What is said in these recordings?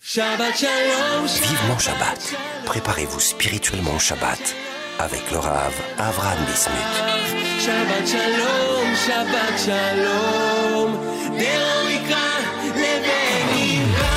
Shabbat Shalom. Vivement Shabbat. Préparez-vous spirituellement au Shabbat avec le Rav Avraham Bismuth. Shabbat Shalom, Shabbat Shalom. De'orika leveira.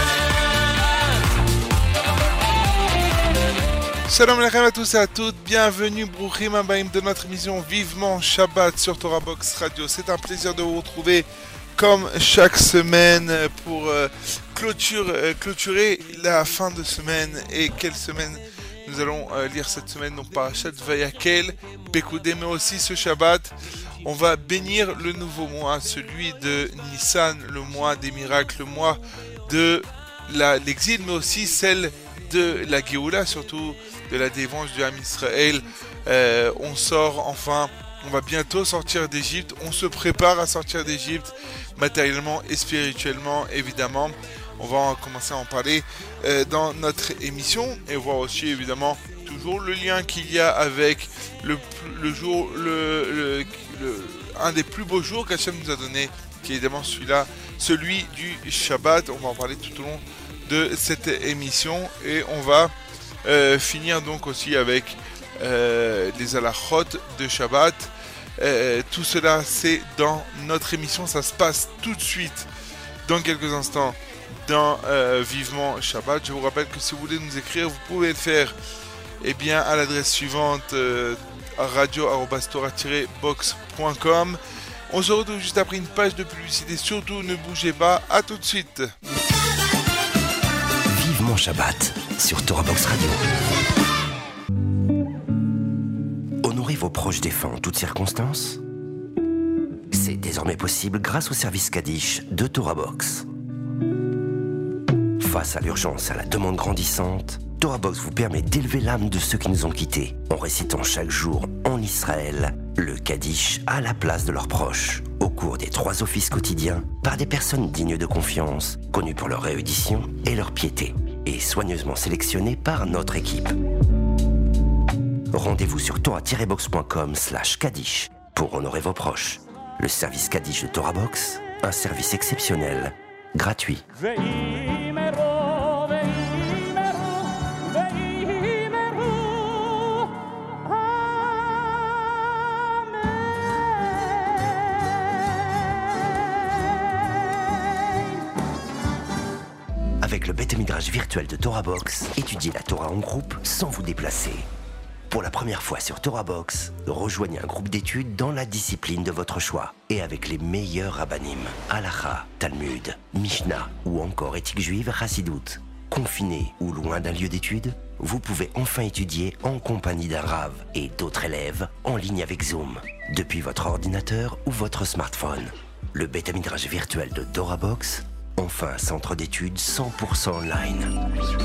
Shalom Alechem à tous et à toutes, bienvenue Bruchim Habayim de notre émission Vivement Shabbat sur Torah Box Radio. C'est un plaisir de vous retrouver comme chaque semaine pour clôturer la fin de semaine. Et quelle semaine nous allons lire cette semaine, donc Parashat Vayakel, Pekoudé, mais aussi ce Shabbat. On va bénir le nouveau mois, celui de Nissan, le mois des miracles, le mois de l'exil, mais aussi celle de la Géoula, surtout de la délivrance du Ham Israël. On sort enfin, on va bientôt sortir d'Égypte, on se prépare à sortir d'Égypte, matériellement et spirituellement évidemment. On va commencer à en parler dans notre émission et voir aussi évidemment toujours le lien qu'il y a avec un des plus beaux jours qu'Hachem nous a donné, qui est évidemment celui du Shabbat. On va en parler tout au long de cette émission et on va finir donc aussi avec les halachot de Shabbat. Tout cela c'est dans notre émission, ça se passe tout de suite dans quelques instants dans Vivement Shabbat. Je vous rappelle que si vous voulez nous écrire, vous pouvez le faire à l'adresse suivante radio@torah-box.com. On se retrouve juste après une page de publicité, surtout ne bougez pas, à tout de suite. Vivement Shabbat sur Torah Box Radio. Honorez vos proches défunts en toutes circonstances. C'est désormais possible grâce au service Kaddish de Torah Box. Face à l'urgence et à la demande grandissante, Torah Box vous permet d'élever l'âme de ceux qui nous ont quittés en récitant chaque jour en Israël le Kaddish à la place de leurs proches, au cours des 3 offices quotidiens par des personnes dignes de confiance, connues pour leur érudition et leur piété, et soigneusement sélectionnées par notre équipe. Rendez-vous sur torah-box.com/Kaddish pour honorer vos proches. Le service Kaddish de Torah Box, un service exceptionnel, gratuit. Avec le Beth Midrash virtuel de Torah Box, étudiez la Torah en groupe sans vous déplacer. Pour la première fois sur Torah Box, rejoignez un groupe d'études dans la discipline de votre choix et avec les meilleurs rabbanim, Halacha, Talmud, Mishnah ou encore éthique juive, Chassidut. Confiné ou loin d'un lieu d'études, vous pouvez enfin étudier en compagnie d'un Rav et d'autres élèves en ligne avec Zoom, depuis votre ordinateur ou votre smartphone. Le Beth Midrash virtuel de Torah Box, enfin un centre d'études 100% online.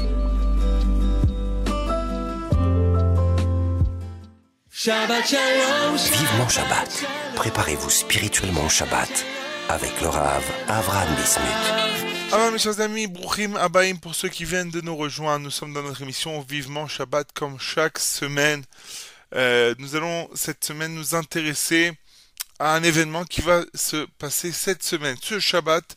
Shabbat Shalom. Vivement Shabbat. Préparez-vous spirituellement au Shabbat avec le Rav Avraham Bismuth. Alors mes chers amis, Bruchim Habayim pour ceux qui viennent de nous rejoindre. Nous sommes dans notre émission Vivement Shabbat comme chaque semaine. Nous allons cette semaine nous intéresser à un événement qui va se passer cette semaine, ce Shabbat,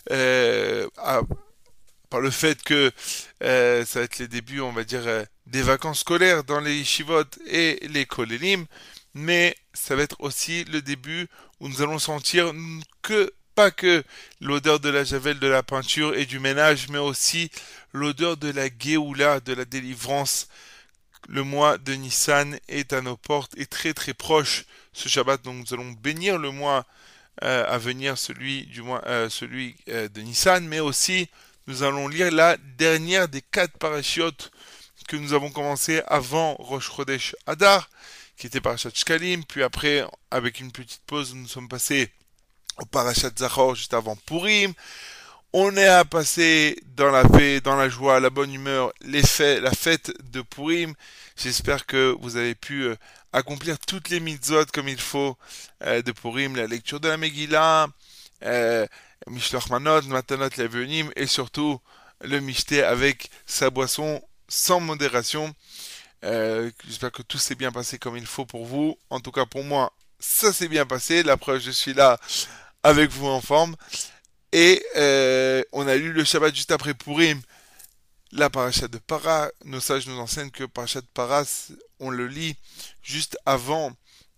par le fait que ça va être les débuts, on va dire, des vacances scolaires dans les yeshivot et les kolélim, mais ça va être aussi le début où nous allons sentir pas que l'odeur de la javel, de la peinture et du ménage, mais aussi l'odeur de la Géoula, de la délivrance. Le mois de Nissan est à nos portes et très proche ce Shabbat, donc nous allons bénir le mois à venir, celui de Nissan, mais aussi nous allons lire la dernière des 4 parashiotes que nous avons commencé avant Rosh Chodesh Adar, qui était Parashat Shkalim, puis après, avec une petite pause, nous sommes passés au Parashat Zachor juste avant Purim. On est à passer dans la paix, dans la joie, la bonne humeur, la fête de Purim. J'espère que vous avez pu accomplir toutes les mitzvot comme il faut de Purim, la lecture de la Megillah, Mishloach Manot, Matanot Levunim et surtout le Mishté avec sa boisson sans modération. J'espère que tout s'est bien passé comme il faut pour vous. En tout cas pour moi, ça s'est bien passé. La preuve, je suis là avec vous en forme. Et on a lu le Shabbat juste après Purim la paracha de Para. Nos sages nous enseignent que paracha de Para, on le lit juste avant,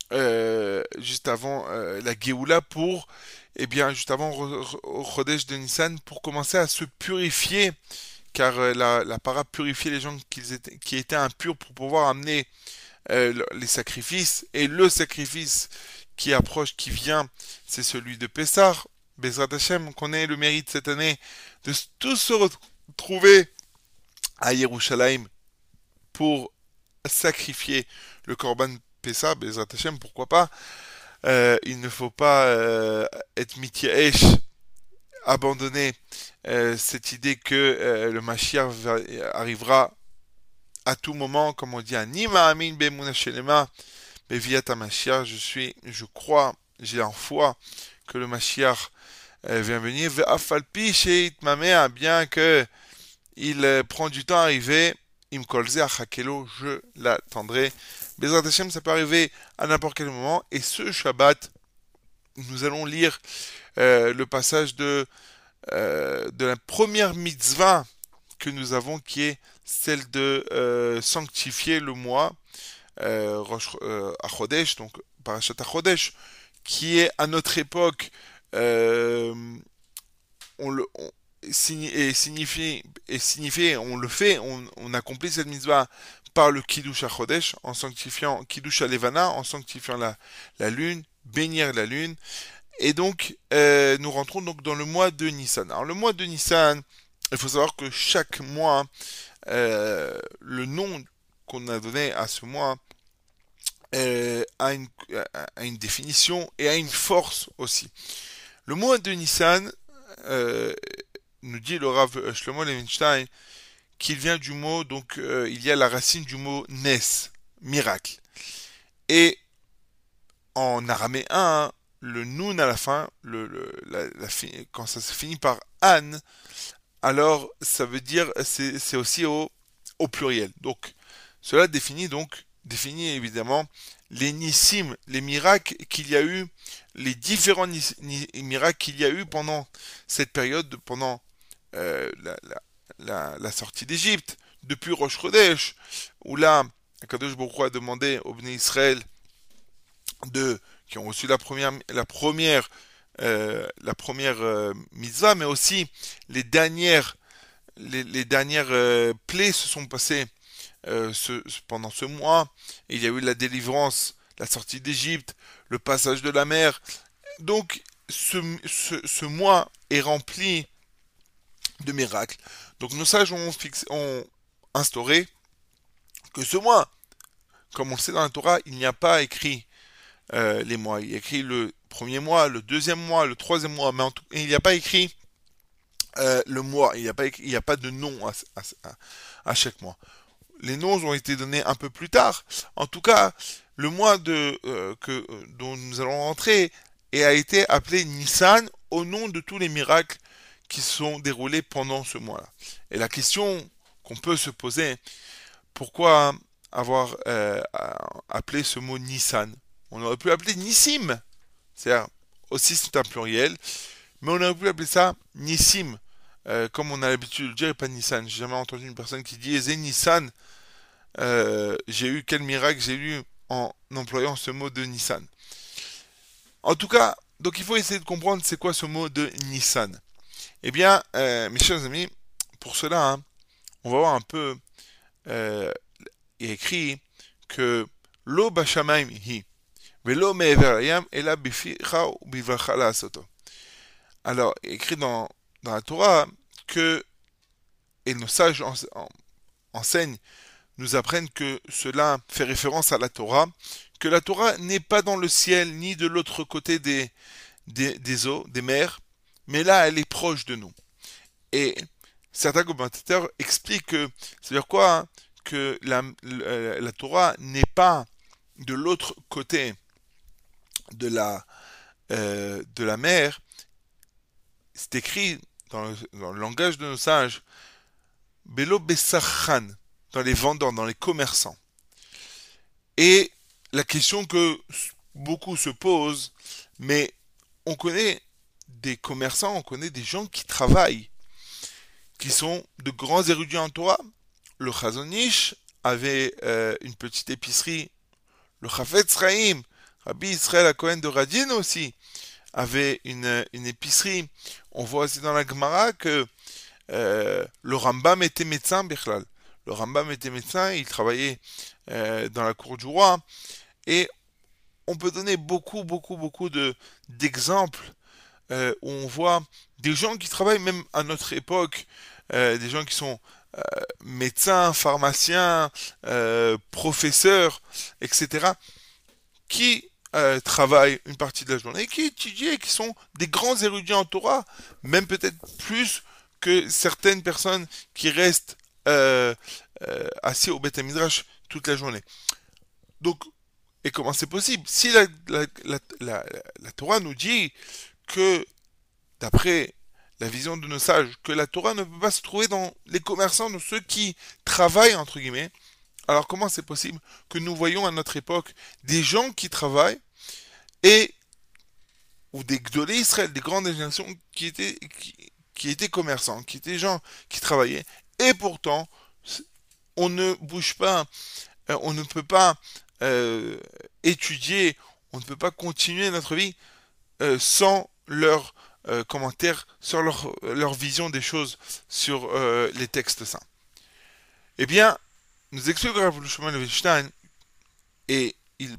la Géoula pour, eh bien, juste avant Chodesh de Nissan pour commencer à se purifier, car la Para purifiait les gens qui étaient impurs pour pouvoir amener les sacrifices, et le sacrifice qui approche, qui vient, c'est celui de Pessah. Bezrat Hashem, qu'on ait le mérite cette année de tous se retrouver à Yerushalayim pour sacrifier le Korban Pessah, Bezrat Hashem, pourquoi pas. Il ne faut pas être mityaesh, abandonner cette idée que le Mashiach arrivera à tout moment, comme on dit, Nima Amin Bemuna Shelema, Beviat Mashiach, je crois, j'ai en foi que le Mashiach vient venir, Ve'afalpi Sheit Mamea, bien que il prend du temps à arriver, Imkolze Achakelo, je l'attendrai. Bezrat Hashem, ça peut arriver à n'importe quel moment, et ce Shabbat, nous allons lire le passage de la première mitzvah que nous avons, qui est celle de sanctifier le mois, Achodesh, donc Parashat Achodesh, qui est à notre époque signifié, on le fait, on accomplit cette mitzvah par le Kiddush Achodesh, en sanctifiant Kiddush Alevana, en sanctifiant la lune, bénir la lune, et donc nous rentrons donc dans le mois de Nissan. Alors le mois de Nissan, il faut savoir que chaque mois, le nom qu'on a donné à ce mois a une définition et a une force aussi. Le mois de Nissan, nous dit le Rav Shlomo Levinstein, qu'il vient du mot, donc il y a la racine du mot Nes, miracle. Et en araméen, le Nun à la fin, quand ça se finit par An, alors ça veut dire, c'est aussi au pluriel. Donc cela définit évidemment les nissim, les miracles qu'il y a eu, les différents miracles qu'il y a eu pendant cette période, pendant la sortie d'Égypte, depuis Rosh Chodesh, où là, Akadosh Baruch Hu a demandé aux Bnei Israël qui ont reçu la première mitzvah, mais aussi les dernières plaies se sont passées pendant ce mois. Il y a eu la délivrance, la sortie d'Égypte, le passage de la mer. Donc ce mois est rempli de miracles. Donc nos sages ont instauré que ce mois, comme on le sait dans la Torah, il n'y a pas écrit les mois. Il y a écrit le premier mois, le deuxième mois, le troisième mois, mais il n'y a pas écrit le mois. Il n'y a pas de nom à chaque mois. Les noms ont été donnés un peu plus tard. En tout cas, le mois dont nous allons rentrer a été appelé Nissan au nom de tous les miracles qui se sont déroulés pendant ce mois-là. Et la question qu'on peut se poser, pourquoi avoir appelé ce mot Nissan? On aurait pu l'appeler Nissim. C'est-à-dire, aussi c'est un pluriel, mais on aurait pu appeler ça Nissim. Comme on a l'habitude de le dire, et pas Nissan. J'ai jamais entendu une personne qui dit Nissan. J'ai eu quel miracle j'ai eu en employant ce mot de Nissan. En tout cas, donc il faut essayer de comprendre c'est quoi ce mot de Nissan. Eh bien, mes chers amis, pour cela, on va voir un peu. Il est écrit que Lo bashamaim hi velo me'ever hayam ela bificha ubivacha la'asoto. Alors, écrit dans la Torah que, et nos sages enseignent, nous apprennent que cela fait référence à la Torah, que la Torah n'est pas dans le ciel ni de l'autre côté des eaux, des mers, mais là elle est proche de nous. Et certains commentateurs expliquent que c'est-à-dire quoi, que la Torah n'est pas de l'autre côté de la mer. C'est écrit dans le langage de nos sages, Belo Besachan, dans les vendeurs, dans les commerçants. Et la question que beaucoup se posent, mais on connaît des commerçants, on connaît des gens qui travaillent qui sont de grands érudits en Torah. Le Chazon Ish avait une petite épicerie. Le Chafetz Chaim, Rabbi Israël HaKohen de Radin aussi, avait une épicerie. On voit aussi dans la Gemara que le Rambam était médecin, Bichlal. Le Rambam était médecin, il travaillait dans la cour du roi. Et on peut donner beaucoup d'exemples où on voit des gens qui travaillent même à notre époque, des gens qui sont médecins, pharmaciens, professeurs, etc., qui travaillent une partie de la journée, qui étudient, et qui sont des grands érudits en Torah, même peut-être plus que certaines personnes qui restent assis au Beth Midrash toute la journée. Donc, et comment c'est possible? Si la Torah nous dit que, d'après la vision de nos sages, que la Torah ne peut pas se trouver dans les commerçants, dans ceux qui travaillent, entre guillemets, alors comment c'est possible que nous voyons à notre époque des gens qui travaillent ou des Gdolé Israël, des grandes générations qui étaient commerçants, qui étaient gens qui travaillaient, et pourtant on ne bouge pas, on ne peut pas étudier, on ne peut pas continuer notre vie sans leur commentaires, sur leur vision des choses sur les textes saints. Eh bien, nous explique Rav Shmuel Levinstein, et il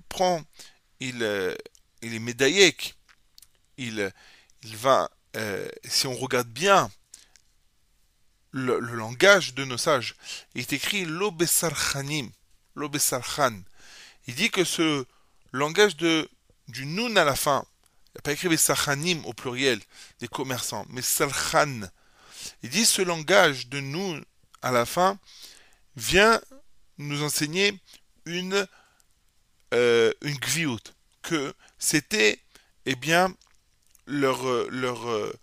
est médaillek, il va, si on regarde bien le langage de nos sages, il est écrit Lo Besarchanim, Lo Besarchan. Il dit que ce langage du Nun à la fin, il n'a pas écrit Besarchanim au pluriel, des commerçants, mais Sarchan. Il dit ce langage de Nun à la fin vient nous enseigner une gviout, que c'était leur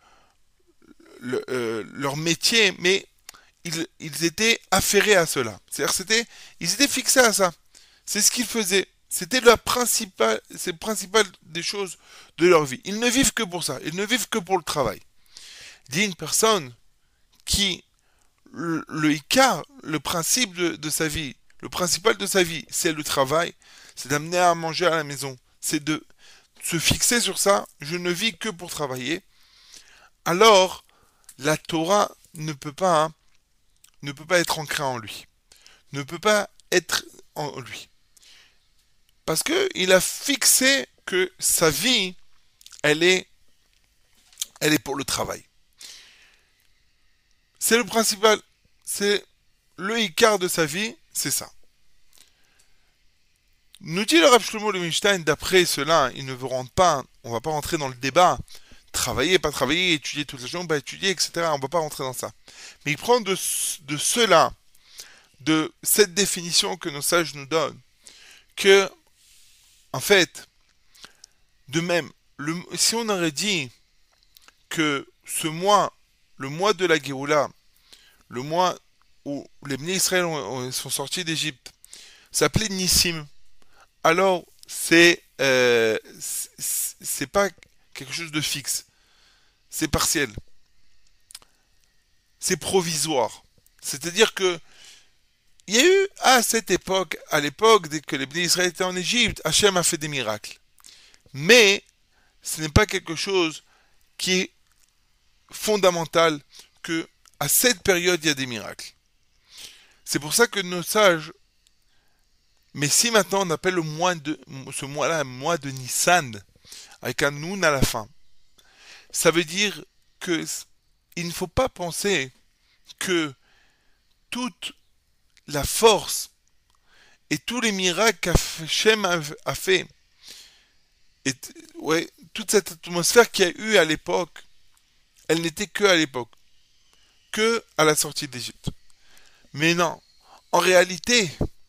métier, mais ils étaient affairés à cela. C'est-à-dire ils étaient fixés à ça. C'est ce qu'ils faisaient. C'était c'est le principal des choses de leur vie. Ils ne vivent que pour ça. Ils ne vivent que pour le travail. Il dit une personne qui le Icar, le principe de sa vie, le principal de sa vie, c'est le travail, c'est d'amener à manger à la maison, c'est de se fixer sur ça, je ne vis que pour travailler, alors la Torah ne peut pas être ancrée en lui, ne peut pas être en lui. Parce qu'il a fixé que sa vie, elle est pour le travail. C'est le principal, c'est le Icar de sa vie, c'est ça. Nous dit le Rav Shlomo Levinstein, d'après cela, il ne veut rentrer pas, on ne va pas rentrer dans le débat, travailler, pas travailler, étudier toute la journée, pas étudier, etc. On ne va pas rentrer dans ça. Mais il prend de cela, de cette définition que nos sages nous donnent, que, en fait, de même, si on aurait dit que ce mois, le mois de la Géoula, le mois où les Bnei Israël sont sortis d'Égypte, s'appelait Nissim, alors c'est pas quelque chose de fixe, c'est partiel, c'est provisoire. C'est-à-dire que il y a eu à l'époque dès que les Bnei Israël étaient en Égypte, Hachem a fait des miracles, mais ce n'est pas quelque chose qui est fondamental que à cette période il y a des miracles. C'est pour ça que nos sages, mais si maintenant on appelle ce mois-là un mois de Nissan, avec un Nun à la fin, ça veut dire que il ne faut pas penser que toute la force et tous les miracles qu'Hachem a fait, et toute cette atmosphère qu'il y a eu à l'époque, elle n'était que à l'époque, que à la sortie d'Égypte. Mais non, en réalité,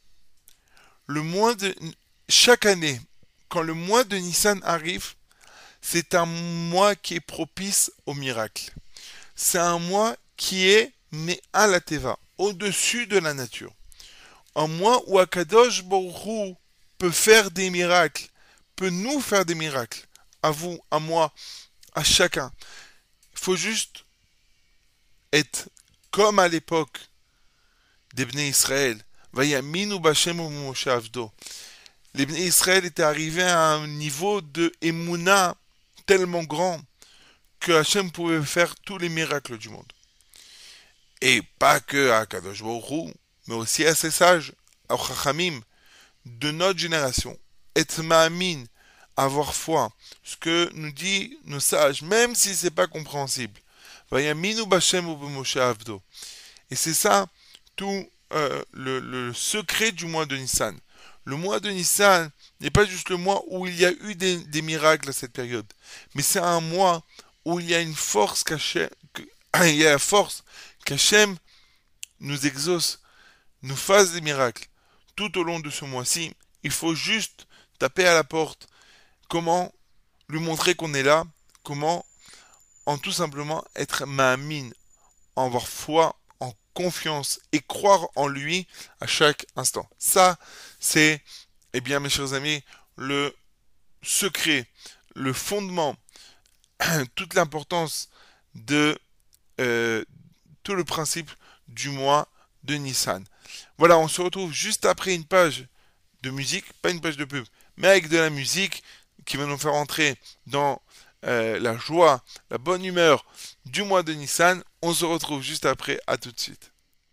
chaque année, quand le mois de Nissan arrive, c'est un mois qui est propice au miracle. C'est un mois qui est à la Teva, au-dessus de la nature. Un mois où Akadosh Baruch Hu peut faire des miracles, peut nous faire des miracles, à vous, à moi, à chacun. Il faut juste être comme à l'époque des Bnei Israël. Vayaminu b'Hashem u'Moshe avdo. Les Bnei Israël étaient arrivés à un niveau de Emouna tellement grand que Hachem pouvait faire tous les miracles du monde. Et pas que à Kadosh Baruch Hu, mais aussi à ces sages, à Chachamim, de notre génération. Et ma'amin, avoir foi, ce que nous disent nos sages, même si c'est pas compréhensible. Vayaminu b'Hashem u'Moshe avdo. Et c'est ça tout le secret du mois de Nissan. Le mois de Nissan n'est pas juste le mois où il y a eu des miracles à cette période, mais c'est un mois où il y a une force cachée, il y a la force qu'Hachem nous exauce, nous fasse des miracles. Tout au long de ce mois-ci, il faut juste taper à la porte. Comment lui montrer qu'on est là? Comment en tout simplement être ma'amin, avoir foi, en confiance et croire en lui à chaque instant. Ça, c'est, eh bien, mes chers amis, le secret, le fondement, toute l'importance de tout le principe du mois de Nissan. Voilà, on se retrouve juste après une page de musique, pas une page de pub, mais avec de la musique qui va nous faire entrer dans la joie, la bonne humeur du mois de Nissan. On se retrouve juste après, à tout de suite.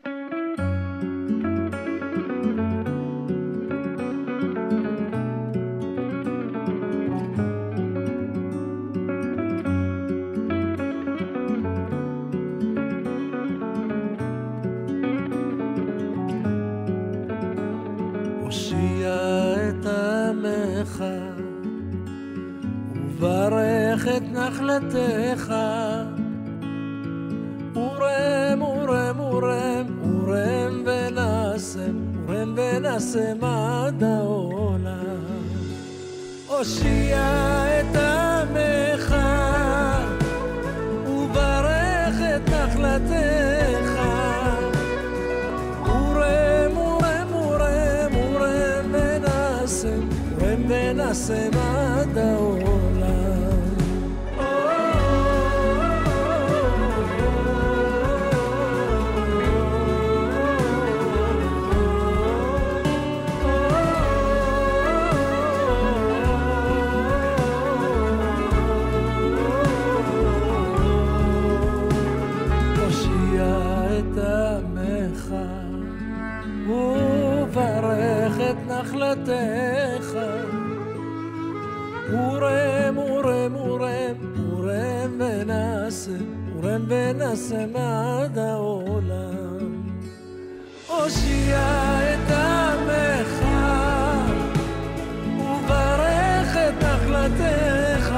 וברך את נחלתך, אורם, אורם, אורם, אורם ונשם, אורם ונשם עד העולם. הושיע את עמך, וברך את נחלתך, אורם, אורם, אורם, אורם ונשם, אורם ונשם עד העולם. נחלתך, אורם, אורם, אורם, אורם ונשם, אורם ונשם עד העולם. הושיע את עמך, וברך את נחלתך,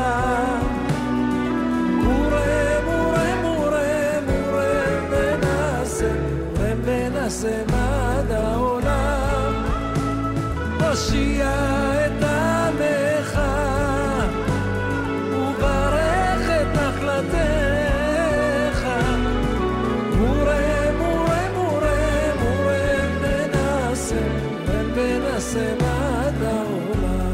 אורם, אורם, אורם, אורם ונשם, אורם ונשם עד העולם. הושיע את עמך, וברך את נחלתך, אורם, אורם, אורם, אורם ונשם, אורם ונשם עד העולם.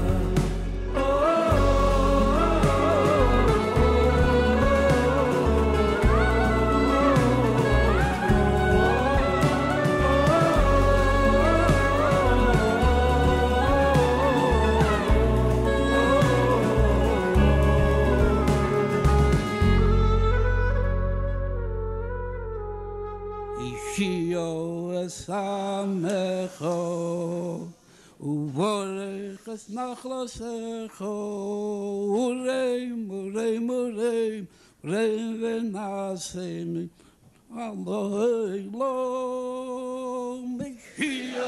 Samecho וברך את נחלתך, אורם, אורם, אורם, אורם ונשם עד העולם. משיח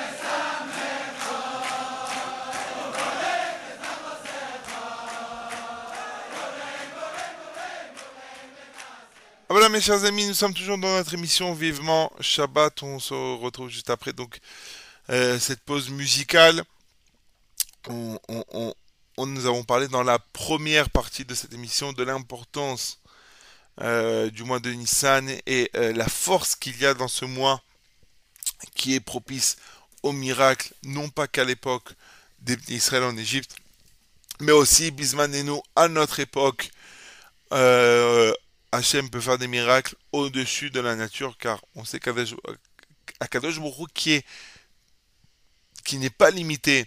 Voilà mes chers amis, nous sommes toujours dans notre émission Vivement Shabbat. On se retrouve juste après donc cette pause musicale. Nous avons parlé dans la première partie de cette émission de l'importance du mois de Nissan et la force qu'il y a dans ce mois qui est propice au miracle, non pas qu'à l'époque d'Israël en Égypte, mais aussi Bismanenu à notre époque, Hachem peut faire des miracles au-dessus de la nature, car on sait qu'Akadosh Baruch Hu qui n'est pas limité,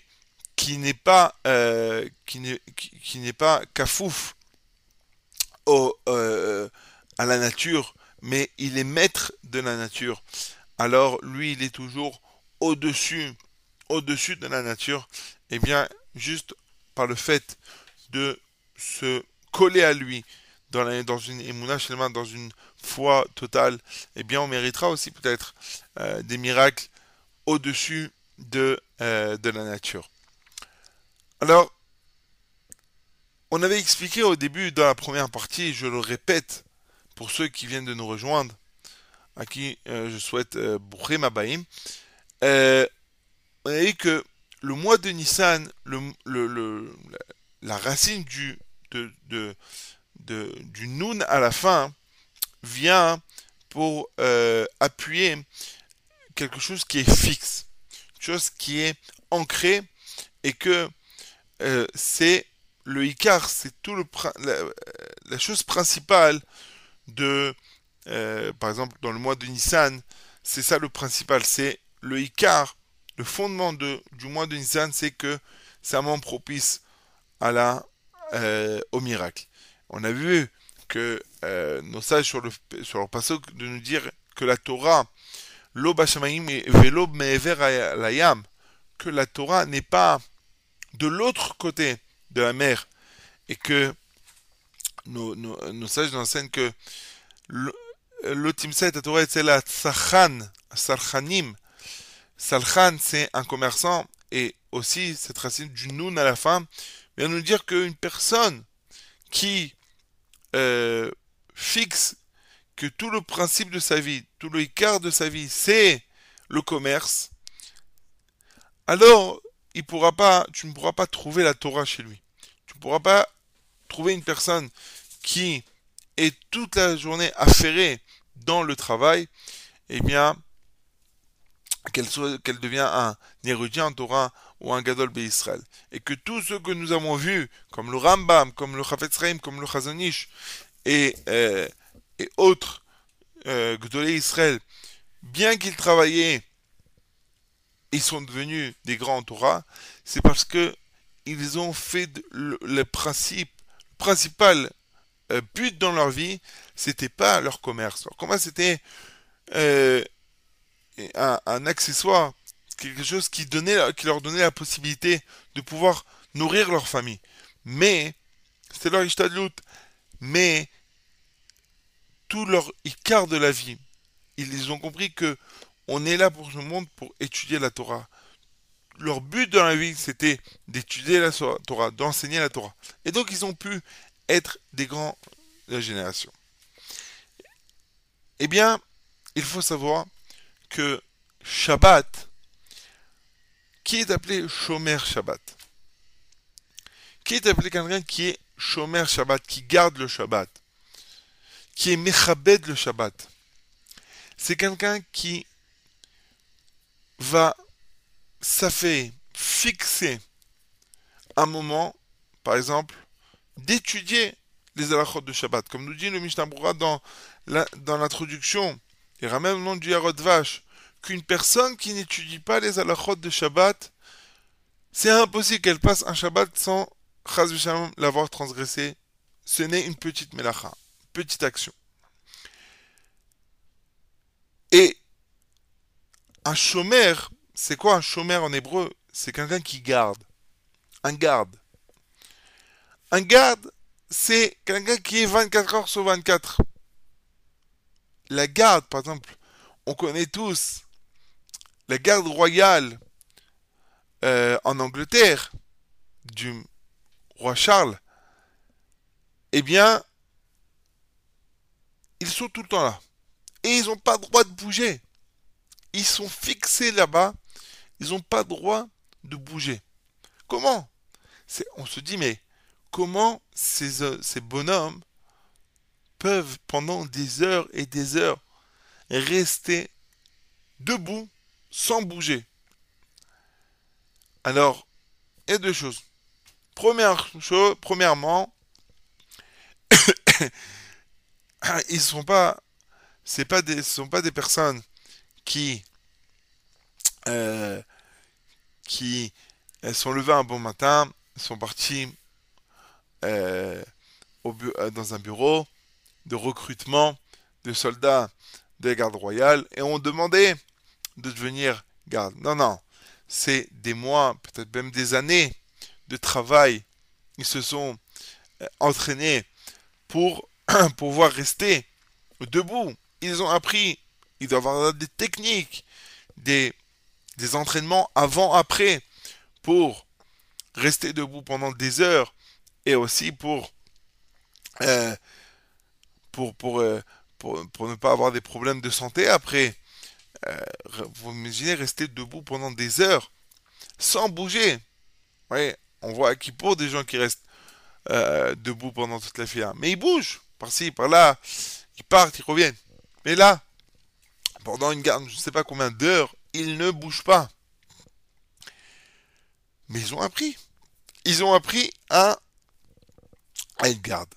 qui n'est pas kafouf à la nature, mais il est maître de la nature. Alors lui, il est toujours au-dessus de la nature. Et bien, juste par le fait de se coller à lui dans une émouna shlema, dans une foi totale, eh bien, on méritera aussi peut-être des miracles au-dessus de la nature. Alors, on avait expliqué au début, dans la première partie, je le répète, pour ceux qui viennent de nous rejoindre, à qui je souhaite Brouchem Abaïm, on a dit que le mois de Nissan, la racine du Nun à la fin vient pour appuyer quelque chose qui est fixe, une chose qui est ancrée, et que c'est le Icar, c'est la chose principale de, par exemple, dans le mois de Nissan, c'est ça le principal, c'est le Icar, le fondement du mois de Nissan, c'est que c'est un moment propice au miracle. On a vu que nos sages sur le passage de nous dire que la Torah, lo bashamaim velo me'ever layam, que la Torah n'est pas de l'autre côté de la mer, et que nos sages nous enseignent que l'otimset la Torah c'est la sarchanim. Sarchan, c'est un commerçant, et aussi cette racine du nun à la fin vient nous dire qu'une personne qui fixe que tout le principe de sa vie, tout le quart de sa vie, c'est le commerce, alors tu ne pourras pas trouver la Torah chez lui. Tu ne pourras pas trouver une personne qui est toute la journée affairée dans le travail, eh bien, qu'elle devient un érudit en Torah ou un gadol be'Israël. Et que tous ceux que nous avons vus, comme le Rambam, comme le Chafetz Chaim, comme le Chazon Ish, et autres Gdolei Israël, bien qu'ils travaillaient, ils sont devenus des grands en Torah, c'est parce que ils ont fait le principal but dans leur vie, c'était pas leur commerce. Leur commerce, c'était un accessoire, quelque chose qui leur donnait la possibilité de pouvoir nourrir leur famille. Mais, c'était leur ishtadlut, mais tout leur écart de la vie, ils ont compris que on est là pour ce monde pour étudier la Torah. Leur but dans la vie, c'était d'étudier la Torah, d'enseigner la Torah. Et donc, ils ont pu être des grands de la génération. Eh bien, il faut savoir que Shabbat, qui est appelé Shomer Shabbat? Qui est appelé quelqu'un qui est Shomer Shabbat, qui garde le Shabbat, qui est Mechabed le Shabbat? C'est quelqu'un qui va fixer un moment, par exemple, d'étudier les halachot de Shabbat. Comme nous dit le Mishnah Berurah dans l'introduction, et ramène au nom du Yarod Vache, qu'une personne qui n'étudie pas les halachot de Shabbat, c'est impossible qu'elle passe un Shabbat sans Chaz v'Shalom l'avoir transgressé. Ce n'est une petite melacha, petite action. Et un shomer, c'est quoi un shomer en hébreu? C'est quelqu'un qui garde. Un garde. Un garde, c'est quelqu'un qui est 24 heures sur 24. La garde, par exemple, on connaît tous la garde royale en Angleterre du roi Charles. Eh bien, ils sont tout le temps là. Et ils n'ont pas le droit de bouger. Ils sont fixés là-bas. Ils n'ont pas le droit de bouger. Comment? On se dit, mais comment ces bonhommes peuvent pendant des heures et des heures rester debout sans bouger? Alors, il y a deux choses. Premièrement, ils sont pas, ce sont pas des personnes qui, euh, qui sont levées un bon matin, sont partis euh, dans un bureau de recrutement de soldats de la garde royale et ont demandé de devenir garde. Non, non, c'est des mois, peut-être même des années de travail. Ils se sont entraînés pour pouvoir rester debout. Ils ont appris, ils doivent avoir des techniques, des, des entraînements avant-après pour rester debout pendant des heures et aussi euh, pour, pour, euh, pour ne pas avoir des problèmes de santé après. Euh, vous imaginez rester debout pendant des heures sans bouger. Ouais, on voit à Kippour des gens qui restent debout pendant toute la fila. Mais ils bougent par-ci, par-là. Ils partent, ils reviennent. Mais là, pendant une garde, je ne sais pas combien d'heures, ils ne bougent pas. Mais ils ont appris. Ils ont appris à être garde.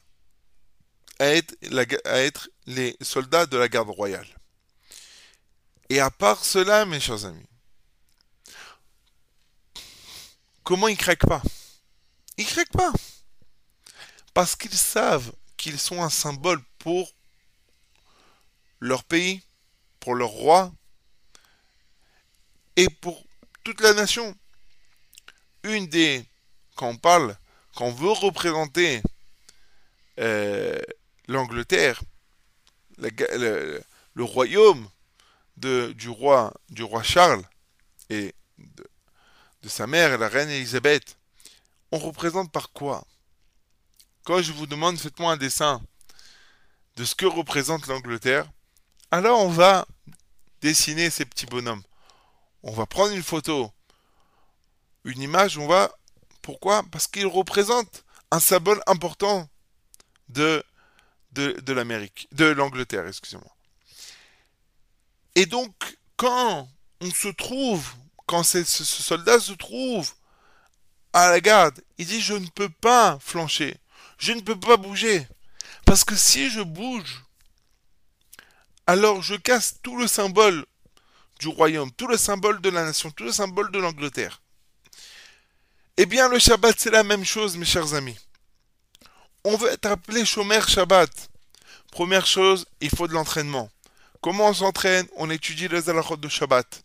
À être les soldats de la garde royale. Et à part cela, mes chers amis, comment ils craquent pas? Ils craquent pas. Parce qu'ils savent qu'ils sont un symbole pour leur pays, pour leur roi et pour toute la nation. Quand on parle, quand on veut représenter euh, l'Angleterre, le royaume du roi Charles et de sa mère, la reine Elisabeth, on représente par quoi? Quand je vous demande, faites-moi un dessin de ce que représente l'Angleterre, alors on va dessiner ces petits bonhommes. On va prendre une photo, une image, Pourquoi? Parce qu'ils représentent un symbole important de l'Amérique, de l'Angleterre, excusez-moi. Et donc, quand ce soldat se trouve à la garde, il dit je ne peux pas flancher, je ne peux pas bouger, parce que si je bouge, alors je casse tout le symbole du royaume, tout le symbole de la nation, tout le symbole de l'Angleterre. Eh bien, le Shabbat, c'est la même chose, mes chers amis. On veut être appelé Shomer Shabbat. Première chose, il faut de l'entraînement. Comment on s'entraîne? On étudie les halachot de Shabbat.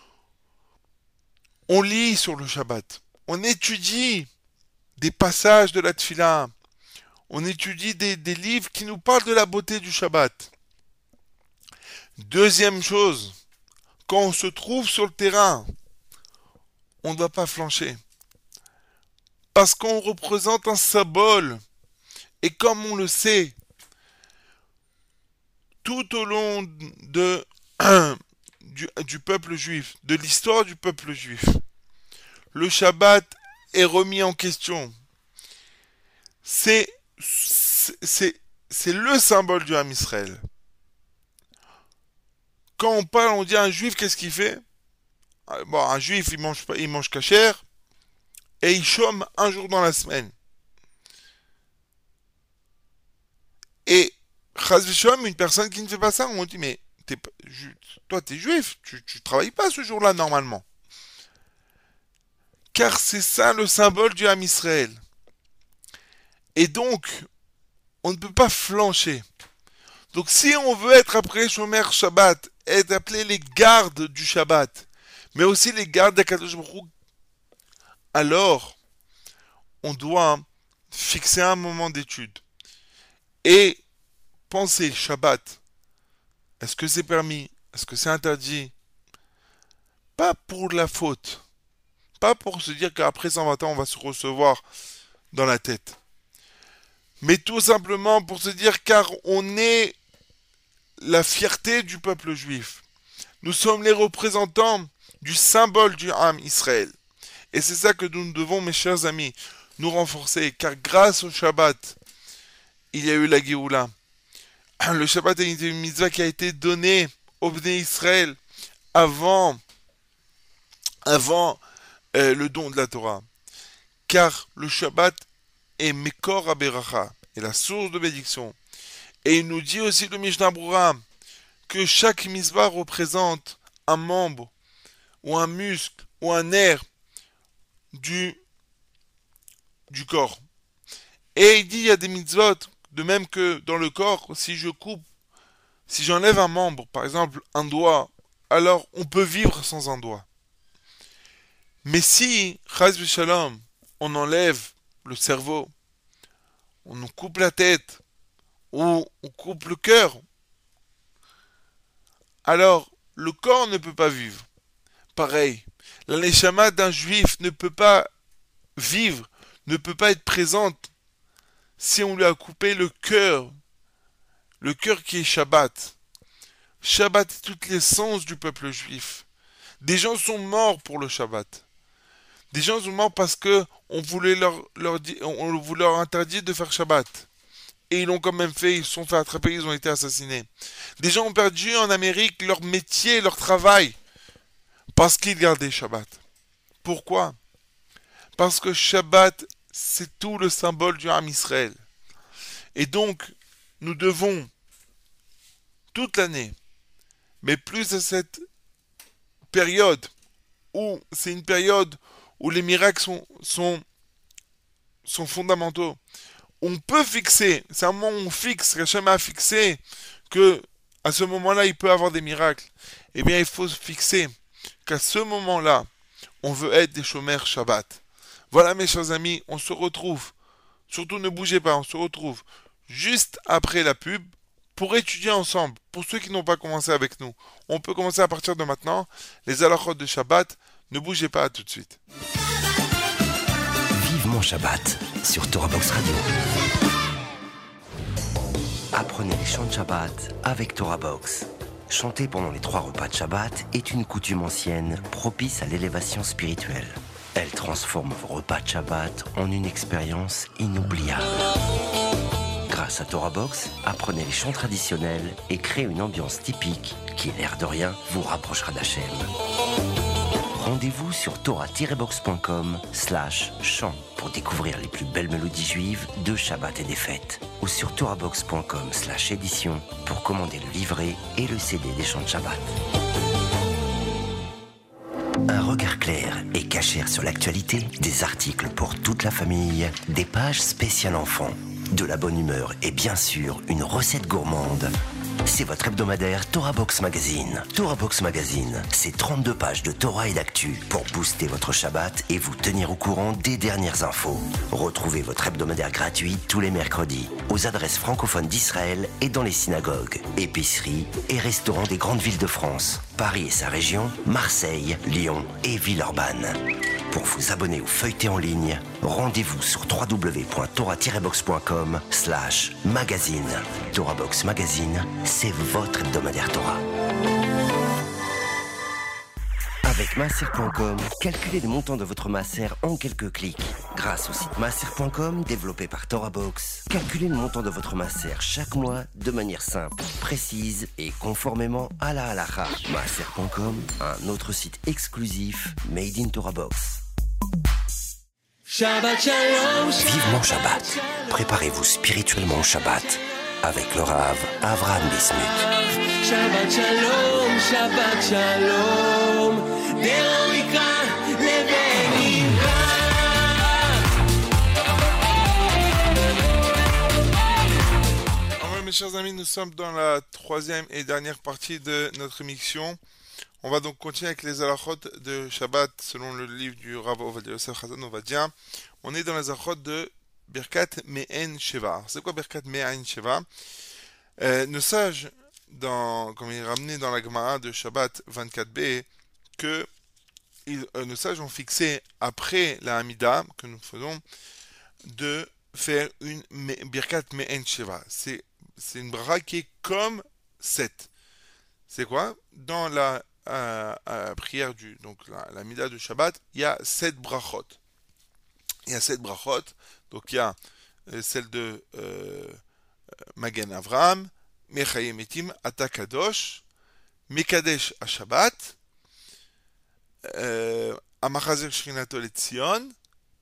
On lit sur le Shabbat. On étudie des passages de la Tfila. On étudie des livres qui nous parlent de la beauté du Shabbat. Deuxième chose, quand on se trouve sur le terrain, on ne doit pas flancher. Parce qu'on représente un symbole. Et comme on le sait, tout au long du peuple juif, de l'histoire du peuple juif, le Shabbat est remis en question. C'est le symbole du Ham Israël. Quand on parle, on dit à un juif, qu'est-ce qu'il fait? Bon, un juif, il mange cachère et il chôme un jour dans la semaine. Et chas v'shalom, une personne qui ne fait pas ça, on dit mais toi t'es juif, tu travailles pas ce jour-là normalement. Car c'est ça le symbole du Ham Israël. Et donc, on ne peut pas flancher. Donc si on veut être appelé Shomer Shabbat, être appelé les gardes du Shabbat, mais aussi les gardes d'Akadosh Baruch Hu, alors on doit fixer un moment d'étude et penser Shabbat. Est-ce que c'est permis? Est-ce que c'est interdit? Pas pour la faute. Pas pour se dire qu'après 120 ans on va se recevoir dans la tête. Mais tout simplement pour se dire car on est la fierté du peuple juif. Nous sommes les représentants du symbole du Ham Israël. Et c'est ça que nous devons, mes chers amis, nous renforcer. Car grâce au Shabbat, il y a eu la Géoula. Le Shabbat est une mitzvah qui a été donnée au Bnei Israël avant le don de la Torah. Car le Shabbat est Mekor HaBeracha, est la source de bénédiction. Et il nous dit aussi le Mishnah Brura que chaque mitzvah représente un membre ou un muscle ou un nerf du corps. Et il dit il y a des mitzvot, de même que dans le corps, si j'enlève un membre, par exemple un doigt, alors on peut vivre sans un doigt. Mais si, chas v'shalom, on enlève le cerveau, on nous coupe la tête, ou on coupe le cœur, alors le corps ne peut pas vivre. Pareil, la neshama d'un juif ne peut pas vivre, ne peut pas être présente si on lui a coupé le cœur qui est Shabbat. Shabbat est toute l'essence du peuple juif. Des gens sont morts pour le Shabbat. Des gens sont morts parce que on voulait leur interdire de faire Shabbat. Et ils l'ont quand même fait, ils se sont fait attraper, ils ont été assassinés. Des gens ont perdu en Amérique leur métier, leur travail, parce qu'ils gardaient Shabbat. Pourquoi ? Parce que Shabbat, c'est tout le symbole du Ham Israël. Et donc, nous devons, toute l'année, mais plus à cette période, où c'est une période où les miracles sont fondamentaux, on peut fixer, c'est un moment où on fixe, Hachem a fixé que à ce moment-là, il peut avoir des miracles. Eh bien, il faut fixer qu'à ce moment-là, on veut être des chômeurs Shabbat. Voilà, mes chers amis, on se retrouve. Surtout ne bougez pas, on se retrouve juste après la pub pour étudier ensemble. Pour ceux qui n'ont pas commencé avec nous, on peut commencer à partir de maintenant. Les halachot de Shabbat, ne bougez pas, à tout de suite. Vivement Shabbat sur Torah Box Radio. Apprenez les chants de Shabbat avec Torah Box. Chanter pendant les 3 repas de Shabbat est une coutume ancienne propice à l'élévation spirituelle. Elle transforme vos repas de Shabbat en une expérience inoubliable. Grâce à Torah Box, apprenez les chants traditionnels et créez une ambiance typique qui, l'air de rien, vous rapprochera d'Hachem. Rendez-vous sur torah-box.com/chant pour découvrir les plus belles mélodies juives de Shabbat et des fêtes, ou sur torahbox.com/édition pour commander le livret et le CD des chants de Shabbat. Un regard clair et cachère sur l'actualité, des articles pour toute la famille, des pages spéciales enfants, de la bonne humeur et bien sûr une recette gourmande. C'est votre hebdomadaire Torah Box Magazine. Torah Box Magazine, c'est 32 pages de Torah et d'actu pour booster votre Shabbat et vous tenir au courant des dernières infos. Retrouvez votre hebdomadaire gratuit tous les mercredis aux adresses francophones d'Israël et dans les synagogues, épiceries et restaurants des grandes villes de France, Paris et sa région, Marseille, Lyon et Villeurbanne. Pour vous abonner ou feuilleter en ligne, rendez-vous sur www.torah-box.com/magazine. Torah Box Magazine, c'est votre hebdomadaire Torah. Avec Maaser.com, calculez le montant de votre Maaser en quelques clics. Grâce au site Maaser.com, développé par Torah Box, calculez le montant de votre Maaser chaque mois de manière simple, précise et conformément à la halakha. Maaser.com, un autre site exclusif made in Torah Box. Shabbat Shalom, Vivement Shabbat. Préparez-vous spirituellement au Shabbat avec le Rav Avraham Bismuth. Shabbat Shalom, Shabbat Shalom, Deroika Levenira. Alors, mes chers amis, nous sommes dans la 3e et dernière partie de notre émission. On va donc continuer avec les halachot de Shabbat selon le livre du Rav Ovadia Yosef Hazan Ovadia. On est dans les halachot de Birkat Me'en Sheva. C'est quoi Birkat Me'en Sheva? Nos sages, comme il est ramené dans la Gemara de Shabbat 24b, que nos sages ont fixé après la Hamida que nous faisons de faire une Birkat Me'en Sheva. C'est une bracha qui est comme 7. C'est quoi? Dans la prière donc la Mida de Shabbat, il y a 7 brachot. Il y a 7 brachot. Donc il y a celle de Magen Avraham, Mechayem Etim, Ata Kadosh, Mekadesh à Shabbat, Amachazer Shrinato Letzion.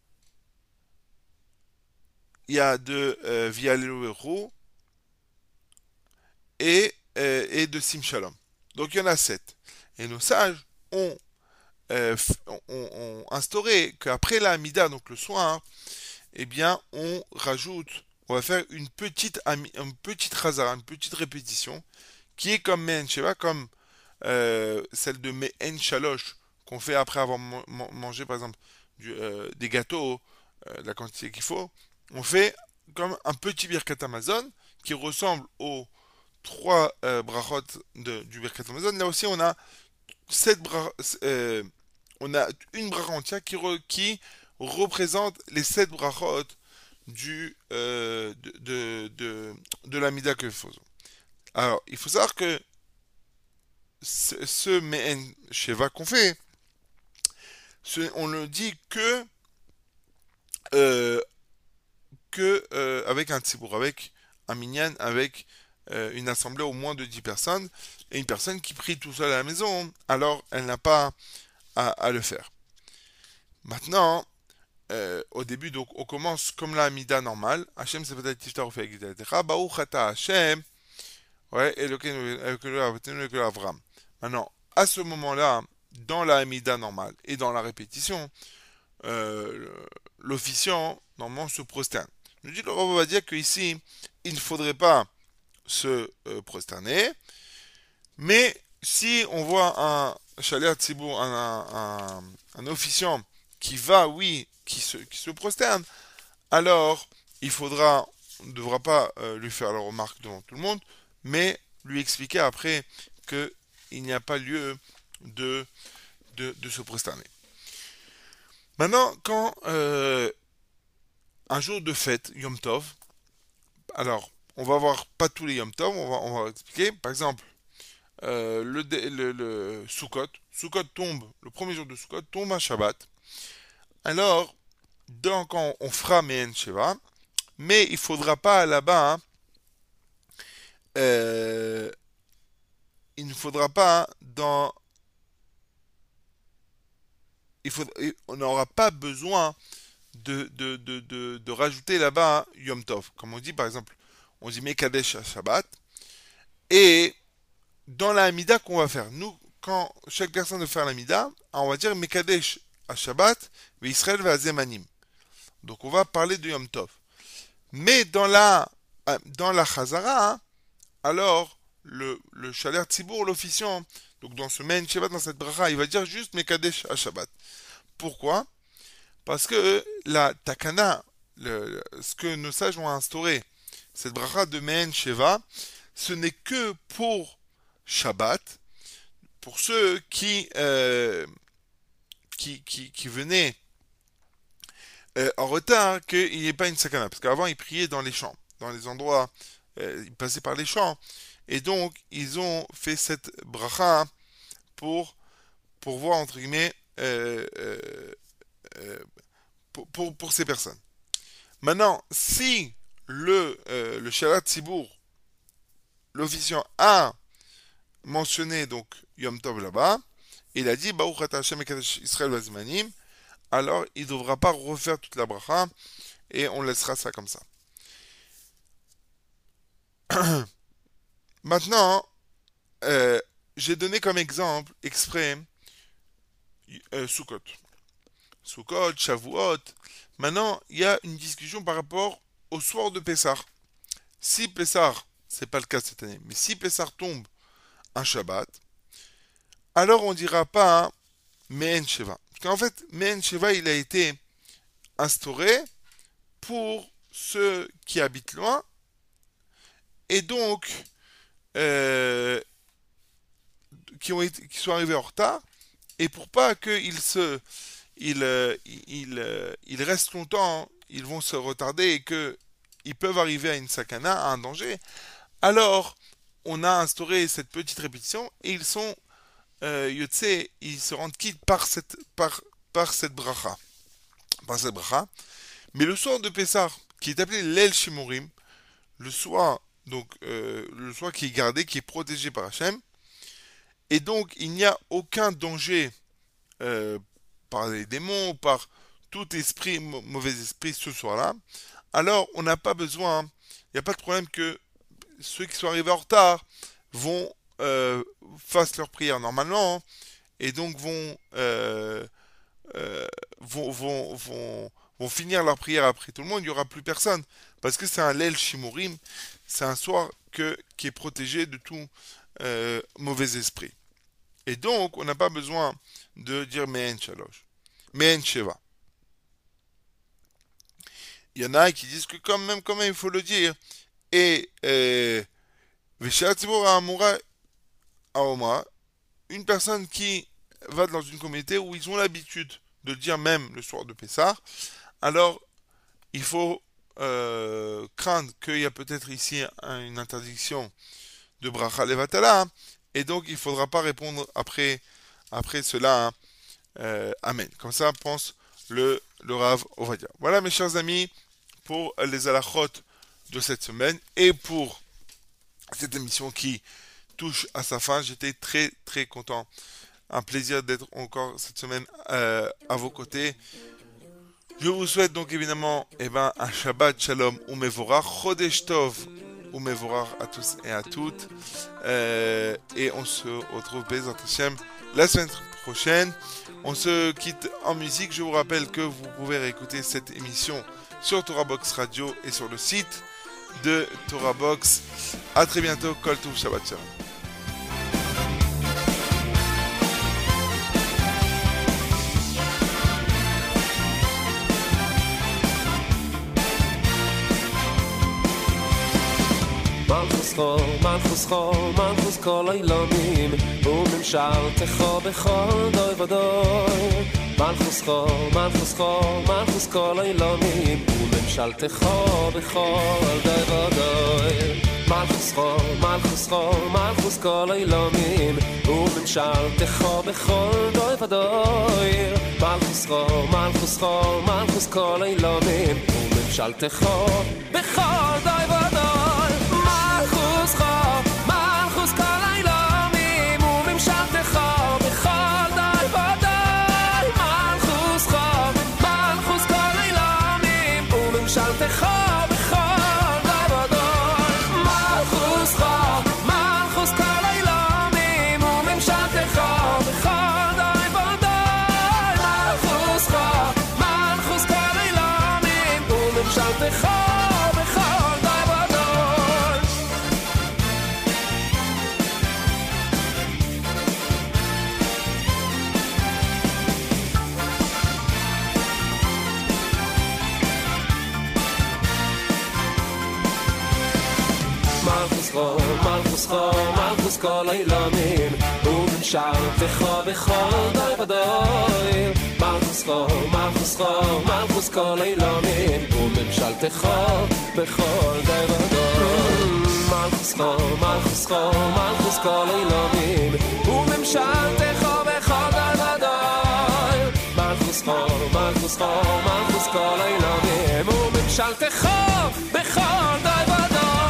Il y a de Vialelu Eru, et de Sim Shalom. Donc il y en a 7. Et nos sages ont instauré qu'après la Hamida, donc le soir, eh bien, on va faire une petite chazara, une petite répétition, qui est comme Mehen Sheva, comme celle de Mehen Shalosh, qu'on fait après avoir mangé, par exemple, des gâteaux, la quantité qu'il faut. On fait comme un petit Birkat Amazon, qui ressemble aux 3 brachot du Birkat Amazon. Là aussi, on a 7 on a une bracha entière qui représente les 7 brachot de la Mida que nous faisons. Alors, il faut savoir que ce Mehen Sheva qu'on fait, on le dit euh, avec un tzibour, avec un minyan, avec une assemblée au moins de 10 personnes, et une personne qui prie tout seul à la maison, alors elle n'a pas à le faire. Maintenant, au début, donc, on commence comme la Hamida normale. Hachem c'est peut-être Tiftar ou Fe'egitatecha, Baruch Ata Hachem, ouais, Elokeinu Avram. Maintenant, à ce moment-là, dans la Hamida normale et dans la répétition, l'officiant, normalement, se prosterne. Nous dit le Rav va dire qu'ici, il ne faudrait pas se prosterner, mais si on voit un Shaler Tzibour, un officiant qui va, oui, qui se prosterne, alors on ne devra pas lui faire la remarque devant tout le monde, mais lui expliquer après qu'il n'y a pas lieu de se prosterner. Maintenant, quand un jour de fête, Yom Tov, alors, on va voir pas tous les Yom Tov, on va expliquer. Par exemple, le Sukkot. Sukkot tombe, le premier jour de Sukkot tombe un Shabbat. Alors, quand on fera Mehen Sheva, mais il faudra pas là-bas, hein, il ne faudra pas on n'aura pas besoin de rajouter là-bas Yom Tov. Comme on dit par exemple, on dit Mekadesh à Shabbat. Et dans la Hamida qu'on va faire, nous, quand chaque personne va faire la Hamida, on va dire Mekadesh à Shabbat, mais Israël va à Zemanim. Donc on va parler de Yom Tov. Mais dans la Chazara, hein, alors le Shaler Tzibour, l'officiant, donc dans ce Mehen Shabbat, dans cette bracha, il va dire juste Mekadesh à Shabbat. Pourquoi ? Parce que la Takana, ce que nos sages ont instauré, cette bracha de Mehen Sheva, ce n'est que pour Shabbat, pour ceux qui venaient en retard, qu'il n'y ait pas une sakana. Parce qu'avant, ils priaient dans les champs, dans les endroits, ils passaient par les champs. Et donc, ils ont fait cette bracha pour voir, entre guillemets, pour ces personnes. Maintenant, si le Shalat Tzibour, l'officiant, a mentionné donc Yom Tov là-bas, il a dit Baruch Ata Hashem Mekadesh Israël Vazmanim, alors il ne devra pas refaire toute la bracha et on laissera ça comme ça. Maintenant, j'ai donné comme exemple exprès Sukkot. Sukkot, Shavuot. Maintenant, il y a une discussion par rapport au soir de Pessah. Si Pessah, c'est pas le cas cette année, mais si Pessah tombe un Shabbat, alors on dira pas hein, Mehen Sheva. Parce qu'en fait, Mehen Sheva, il a été instauré pour ceux qui habitent loin, et donc qui sont arrivés en retard, et pour pas qu'ils restent longtemps, ils vont se retarder et qu'ils peuvent arriver à une sakana, à un danger. Alors, on a instauré cette petite répétition et ils sont yotse, ils se rendent quittes par cette bracha. Par cette bracha. Mais le soir de Pessah, qui est appelé l'El Shimurim, le soir qui est gardé, qui est protégé par Hachem, et donc il n'y a aucun danger par les démons, par tout mauvais esprit ce soir-là, alors on n'a pas besoin, il n'y a pas de problème que ceux qui sont arrivés en retard vont fassent leur prière normalement et donc vont finir leur prière après tout le monde, il n'y aura plus personne. Parce que c'est un Leil Shimurim, c'est un soir qui est protégé de tout mauvais esprit. Et donc, on n'a pas besoin de dire Mehen Shalosh, Mehen Sheva. Il y en a qui disent que quand même, il faut le dire. Et une personne qui va dans une communauté où ils ont l'habitude de le dire même le soir de Pessah, alors il faut craindre qu'il y a peut-être ici une interdiction de Bracha Levatala, et donc il ne faudra pas répondre après cela, Amen. Comme ça pense le Rav Ovadia. Voilà mes chers amis, pour les halachot de cette semaine, et pour cette émission qui touche à sa fin. J'étais très très content. Un plaisir d'être encore cette semaine à vos côtés. Je vous souhaite donc évidemment un Shabbat Shalom Umevorach, Chodesh Tov Umevorach à tous et à toutes. Et on se retrouve Bezrat Hashem la semaine prochaine. On se quitte en musique. Je vous rappelle que vous pouvez réécouter cette émission sur Torah Box Radio et sur le site de Torah Box. À très bientôt. Kol Tov, Shabbat Shalom. Malchus kol ha'olamim u'memshaltecho bechol dor vador. Malchus kol ha'olamim u'memshaltecho bechol dor vador. Malchus kol ha'olamim u'memshaltecho bechol dor vador. Malchus kol ha'olamim u'memshaltecho bechol dor vador. Malchus kol ha'olamim u'memshaltecho bechol dor vador. Malchus kol ha'olamim u'memshaltecho bechol dor vador. Malchus kol ha'olamim u'memshaltecho bechol dor vador. Malchus kol ha'olamim u'memshaltecho Malchus kol ha'olamim u'memshaltecho bechol dor vador. Malchus kol ha'olamim u'memshaltecho bechol dor vador. Malchus kol ha'olamim u'memshaltecho bechol dor vador. Malchus kol ha'olamim u'memshaltecho bechol dor vador.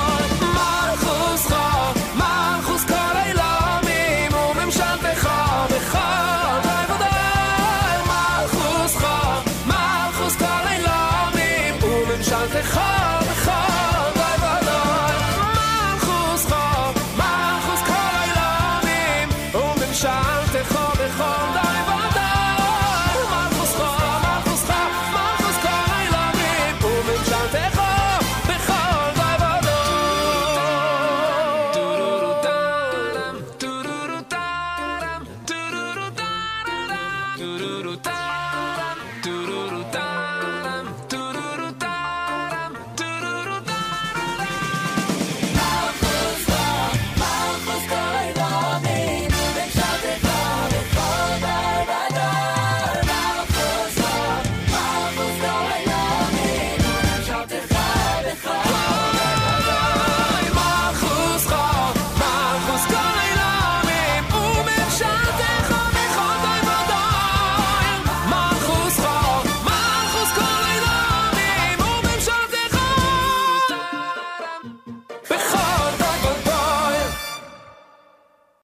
Malchus kol ha'olamim u'memshaltecho bechol dor vador. Malchus kol ha'olamim u'memshaltecho